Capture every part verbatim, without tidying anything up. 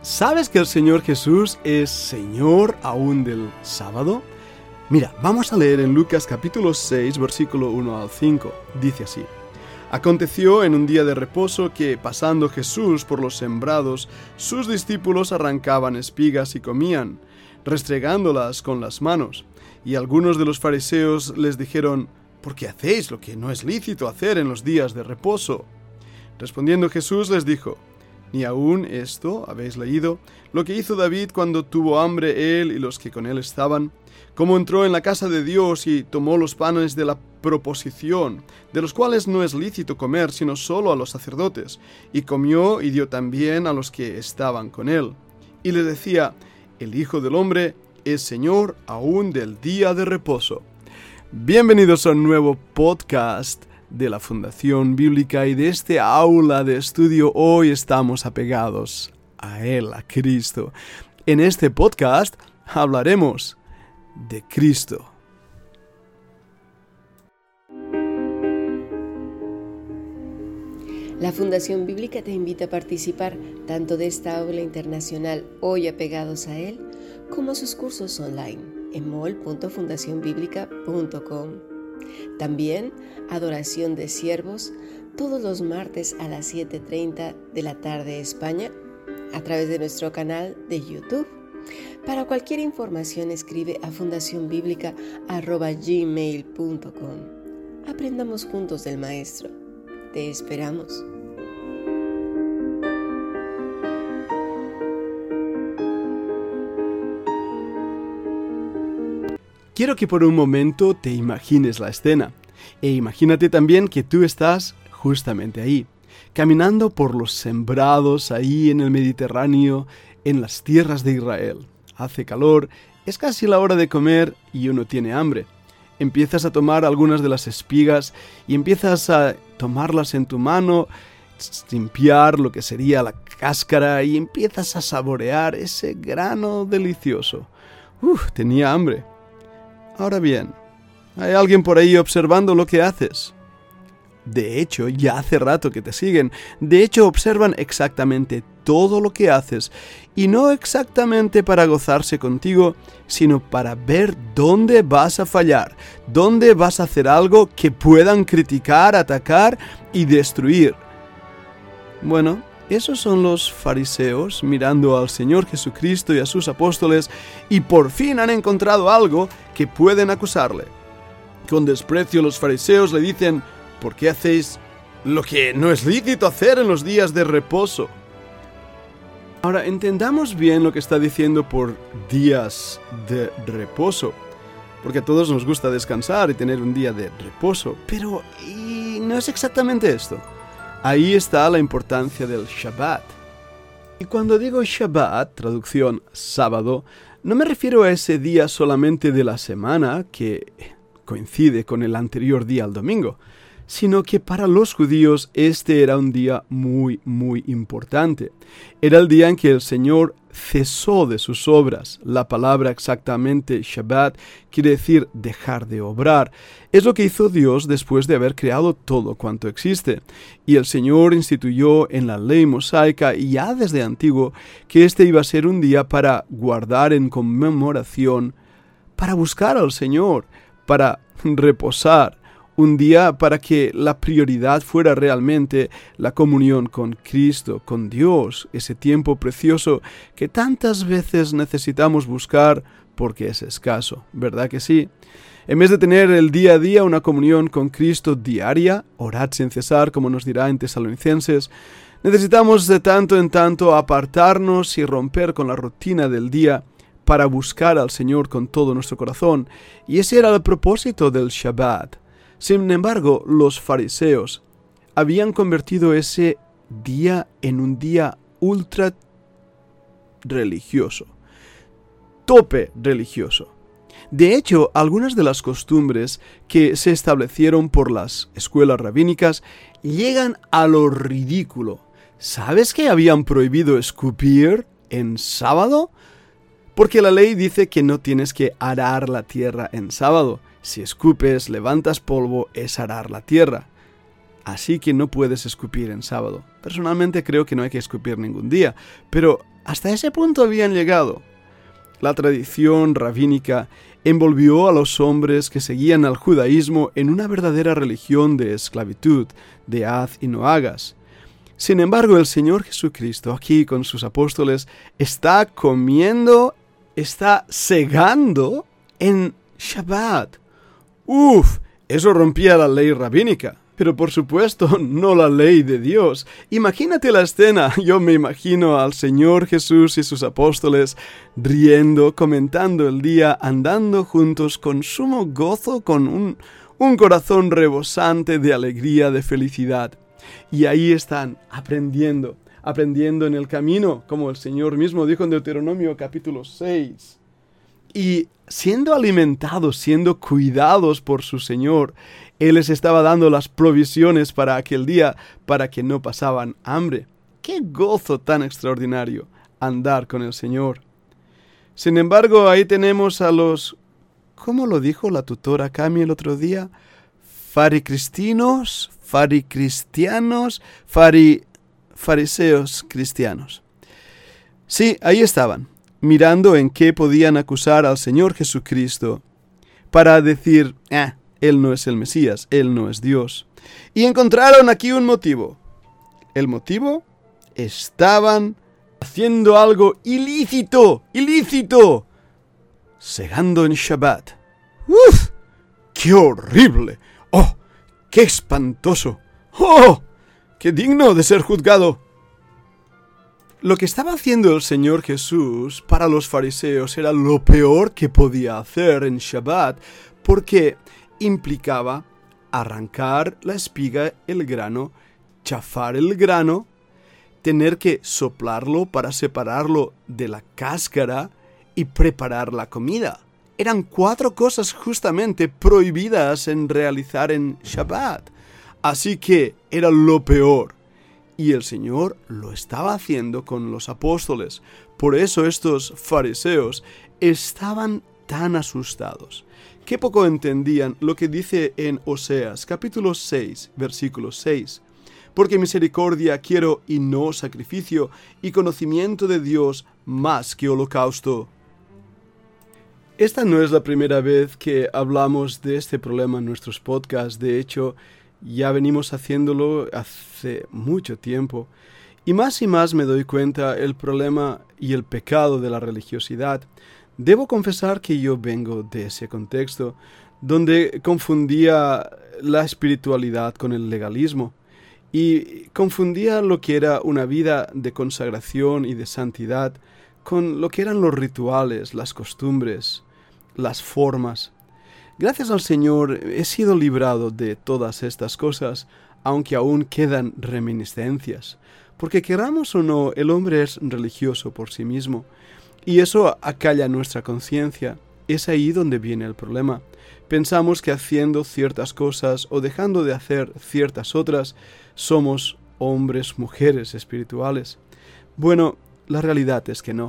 ¿Sabes que el Señor Jesús es Señor aún del sábado? Mira, vamos a leer en Lucas capítulo seis, versículo uno al cinco. Dice así: Aconteció en un día de reposo que, pasando Jesús por los sembrados, sus discípulos arrancaban espigas y comían, restregándolas con las manos. Y algunos de los fariseos les dijeron: ¿Por qué hacéis lo que no es lícito hacer en los días de reposo? Respondiendo Jesús les dijo: ¿Ni aún esto habéis leído? Lo que hizo David cuando tuvo hambre él y los que con él estaban, cómo entró en la casa de Dios y tomó los panes de la proposición, de los cuales no es lícito comer sino solo a los sacerdotes, y comió y dio también a los que estaban con él. Y le decía: el Hijo del Hombre es Señor aún del día de reposo. Bienvenidos a un nuevo podcast de la Fundación Bíblica y de este aula de estudio. Hoy estamos apegados a Él, a Cristo. En este podcast hablaremos de Cristo. La Fundación Bíblica te invita a participar tanto de esta aula internacional Hoy apegados a Él, como a sus cursos online en mol punto fundación bíblica punto com. También Adoración de Siervos todos los martes a las siete treinta de la tarde España a través de nuestro canal de YouTube. Para cualquier información escribe a fundación bíblica arroba gmail punto com. Aprendamos juntos del Maestro. Te esperamos. Quiero que por un momento te imagines la escena. E imagínate también que tú estás justamente ahí, caminando por los sembrados ahí en el Mediterráneo, en las tierras de Israel. Hace calor, es casi la hora de comer y uno tiene hambre. Empiezas a tomar algunas de las espigas y empiezas a tomarlas en tu mano, limpiar lo que sería la cáscara y empiezas a saborear ese grano delicioso. Uf, tenía hambre. Ahora bien, ¿hay alguien por ahí observando lo que haces? De hecho, ya hace rato que te siguen. De hecho, observan exactamente todo lo que haces. Y no exactamente para gozarse contigo, sino para ver dónde vas a fallar. Dónde vas a hacer algo que puedan criticar, atacar y destruir. Bueno, esos son los fariseos mirando al Señor Jesucristo y a sus apóstoles y por fin han encontrado algo que pueden acusarle. Con desprecio los fariseos le dicen: ¿por qué hacéis lo que no es lícito hacer en los días de reposo? Ahora, entendamos bien lo que está diciendo por días de reposo, porque a todos nos gusta descansar y tener un día de reposo, pero ¿y no es exactamente esto? Ahí está la importancia del Shabbat. Y cuando digo Shabbat, traducción sábado, no me refiero a ese día solamente de la semana que coincide con el anterior día al domingo, sino que para los judíos este era un día muy, muy importante. Era el día en que el Señor cesó de sus obras. La palabra exactamente Shabbat quiere decir dejar de obrar. Es lo que hizo Dios después de haber creado todo cuanto existe. Y el Señor instituyó en la ley mosaica y ya desde antiguo que este iba a ser un día para guardar en conmemoración, para buscar al Señor, para reposar. Un día para que la prioridad fuera realmente la comunión con Cristo, con Dios, ese tiempo precioso que tantas veces necesitamos buscar porque es escaso, ¿verdad que sí? En vez de tener el día a día una comunión con Cristo diaria, orad sin cesar, como nos dirá en Tesalonicenses, necesitamos de tanto en tanto apartarnos y romper con la rutina del día para buscar al Señor con todo nuestro corazón. Y ese era el propósito del Shabbat. Sin embargo, los fariseos habían convertido ese día en un día ultra religioso, tope religioso. De hecho, algunas de las costumbres que se establecieron por las escuelas rabínicas llegan a lo ridículo. ¿Sabes que habían prohibido escupir en sábado? Porque la ley dice que no tienes que arar la tierra en sábado. Si escupes, levantas polvo, es arar la tierra. Así que no puedes escupir en sábado. Personalmente creo que no hay que escupir ningún día, pero Hasta ese punto habían llegado. La tradición rabínica envolvió a los hombres que seguían al judaísmo en una verdadera religión de esclavitud, de haz y no hagas. Sin embargo, el Señor Jesucristo, aquí con sus apóstoles, está comiendo, está segando en Shabbat. ¡Uf! Eso rompía la ley rabínica. Pero por supuesto, no la ley de Dios. Imagínate la escena. Yo me imagino al Señor Jesús y sus apóstoles riendo, comentando el día, andando juntos con sumo gozo, con un, un corazón rebosante de alegría, de felicidad. Y ahí están, aprendiendo, aprendiendo en el camino, como el Señor mismo dijo en Deuteronomio capítulo seis. Y siendo alimentados, siendo cuidados por su Señor, Él les estaba dando las provisiones para aquel día, para que no pasaban hambre. ¡Qué gozo tan extraordinario andar con el Señor! Sin embargo, ahí tenemos a los, ¿cómo lo dijo la tutora Cami el otro día? Faricristinos, faricristianos, fari, fariseos cristianos. Sí, ahí estaban, mirando en qué podían acusar al Señor Jesucristo para decir, ah, Él no es el Mesías, Él no es Dios. Y encontraron aquí un motivo. El motivo, estaban haciendo algo ilícito, ilícito, segando en Shabbat. ¡Uf! ¡Qué horrible! ¡Oh! ¡Qué espantoso! ¡Oh! ¡Qué digno de ser juzgado! Lo que estaba haciendo el Señor Jesús para los fariseos era lo peor que podía hacer en Shabbat, porque implicaba arrancar la espiga, el grano, chafar el grano, tener que soplarlo para separarlo de la cáscara y preparar la comida. Eran cuatro cosas justamente prohibidas en realizar en Shabbat. Así que era lo peor. Y el Señor lo estaba haciendo con los apóstoles. Por eso estos fariseos estaban tan asustados. Qué poco entendían lo que dice en Oseas, capítulo seis, versículo seis. Porque misericordia quiero y no sacrificio, y conocimiento de Dios más que holocausto. Esta no es la primera vez que hablamos de este problema en nuestros podcasts. De hecho, ya venimos haciéndolo hace mucho tiempo. Y más y más me doy cuenta el problema y el pecado de la religiosidad. Debo confesar que yo vengo de ese contexto, donde confundía la espiritualidad con el legalismo, y confundía lo que era una vida de consagración y de santidad con lo que eran los rituales, las costumbres, las formas. Gracias al Señor he sido librado de todas estas cosas, aunque aún quedan reminiscencias, porque queramos o no, el hombre es religioso por sí mismo, y eso acalla nuestra conciencia. Es ahí donde viene el problema. Pensamos que haciendo ciertas cosas o dejando de hacer ciertas otras, somos hombres, mujeres espirituales. Bueno, la realidad es que no.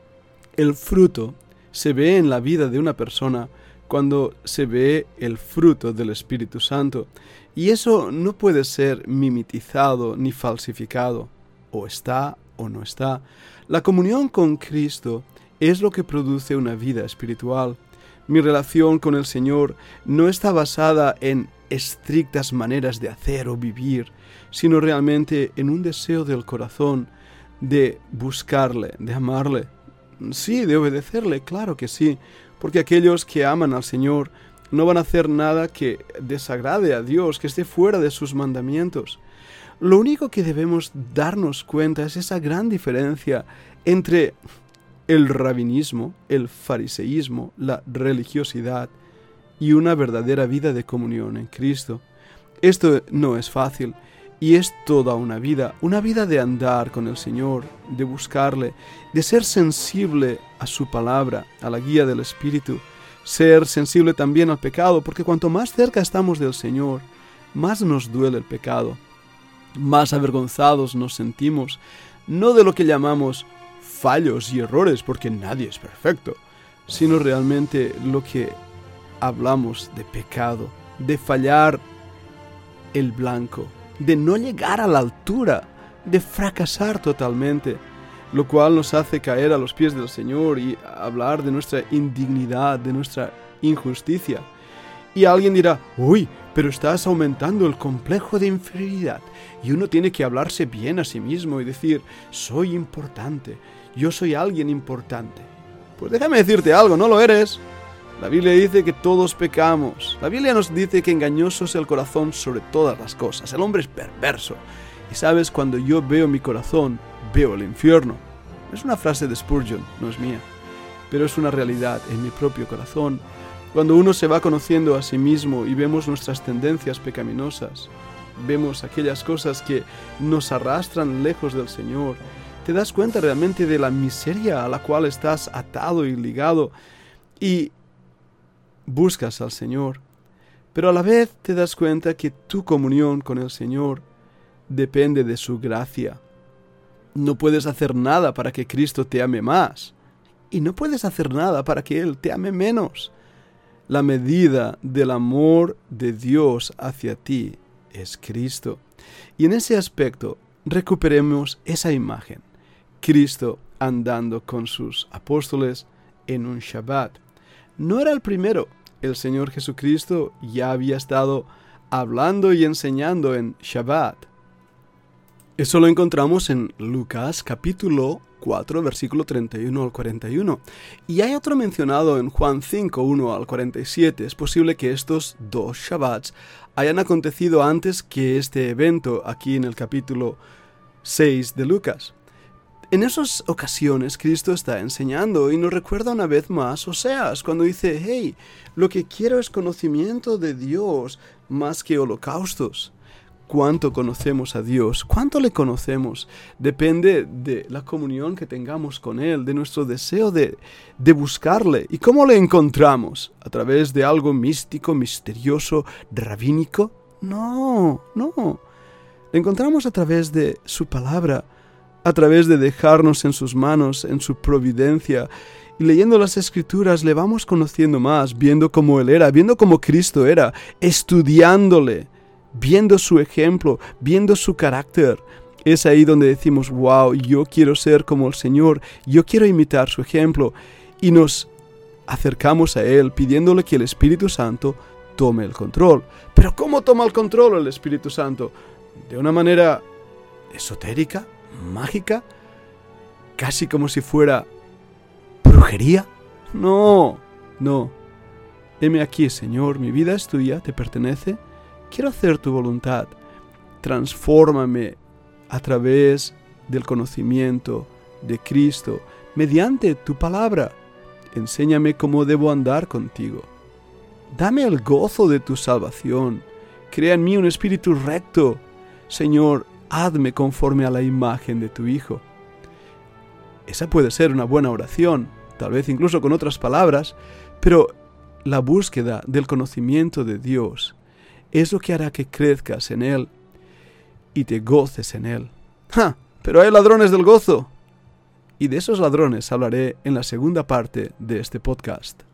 El fruto se ve en la vida de una persona cuando se ve el fruto del Espíritu Santo, y eso no puede ser mimetizado ni falsificado. O está o no está. La comunión con Cristo es lo que produce una vida espiritual. Mi relación con el Señor no está basada en estrictas maneras de hacer o vivir, sino realmente en un deseo del corazón de buscarle, de amarle. Sí, de obedecerle, claro que sí, porque aquellos que aman al Señor no van a hacer nada que desagrade a Dios, que esté fuera de sus mandamientos. Lo único que debemos darnos cuenta es esa gran diferencia entre el rabinismo, el fariseísmo, la religiosidad y una verdadera vida de comunión en Cristo. Esto no es fácil y es toda una vida, una vida de andar con el Señor, de buscarle, de ser sensible a su palabra, a la guía del Espíritu, ser sensible también al pecado, porque cuanto más cerca estamos del Señor, más nos duele el pecado, más avergonzados nos sentimos, no de lo que llamamos fallos y errores, porque nadie es perfecto, sino realmente lo que hablamos de pecado, de fallar el blanco, de no llegar a la altura, de fracasar totalmente, lo cual nos hace caer a los pies del Señor y hablar de nuestra indignidad, de nuestra injusticia. Y alguien dirá, uy, pero estás aumentando el complejo de inferioridad y uno tiene que hablarse bien a sí mismo y decir, soy importante, yo soy alguien importante. Pues déjame decirte algo, no lo eres. La Biblia dice que todos pecamos. La Biblia nos dice que engañoso es el corazón sobre todas las cosas. El hombre es perverso. Y sabes, cuando yo veo mi corazón, veo el infierno. Es una frase de Spurgeon, no es mía, pero es una realidad en mi propio corazón. Cuando uno se va conociendo a sí mismo y vemos nuestras tendencias pecaminosas, vemos aquellas cosas que nos arrastran lejos del Señor, te das cuenta realmente de la miseria a la cual estás atado y ligado y buscas al Señor. Pero a la vez te das cuenta que tu comunión con el Señor depende de su gracia. No puedes hacer nada para que Cristo te ame más y no puedes hacer nada para que Él te ame menos. La medida del amor de Dios hacia ti es Cristo. Y en ese aspecto recuperemos esa imagen. Cristo andando con sus apóstoles en un Shabbat. No era el primero. El Señor Jesucristo ya había estado hablando y enseñando en Shabbat. Eso lo encontramos en Lucas capítulo cuatro, versículo treinta y uno al cuarenta y uno. Y hay otro mencionado en Juan cinco, uno al cuarenta y siete. Es posible que estos dos Shabbats hayan acontecido antes que este evento aquí en el capítulo seis de Lucas. En esas ocasiones Cristo está enseñando y nos recuerda una vez más Oseas cuando dice, hey, lo que quiero es conocimiento de Dios más que holocaustos. ¿Cuánto conocemos a Dios? ¿Cuánto le conocemos? Depende de la comunión que tengamos con Él, de nuestro deseo de, de buscarle. ¿Y cómo le encontramos? ¿A través de algo místico, misterioso, rabínico? No, no. Le encontramos a través de su palabra, a través de dejarnos en sus manos, en su providencia. Y leyendo las Escrituras le vamos conociendo más, viendo cómo Él era, viendo cómo Cristo era, estudiándole, viendo su ejemplo, viendo su carácter. Es ahí donde decimos, wow, yo quiero ser como el Señor, yo quiero imitar su ejemplo. Y nos acercamos a Él pidiéndole que el Espíritu Santo tome el control. ¿Pero cómo toma el control el Espíritu Santo? ¿De una manera esotérica, mágica? ¿Casi como si fuera brujería? No, no. Heme aquí, Señor, mi vida es tuya, te pertenece. Quiero hacer tu voluntad. Transfórmame a través del conocimiento de Cristo, mediante tu palabra. Enséñame cómo debo andar contigo. Dame el gozo de tu salvación. Crea en mí un espíritu recto. Señor, hazme conforme a la imagen de tu Hijo. Esa puede ser una buena oración, tal vez incluso con otras palabras, pero la búsqueda del conocimiento de Dios es lo que hará que crezcas en Él y te goces en Él. ¡Ja! Pero hay ladrones del gozo. Y de esos ladrones hablaré en la segunda parte de este podcast.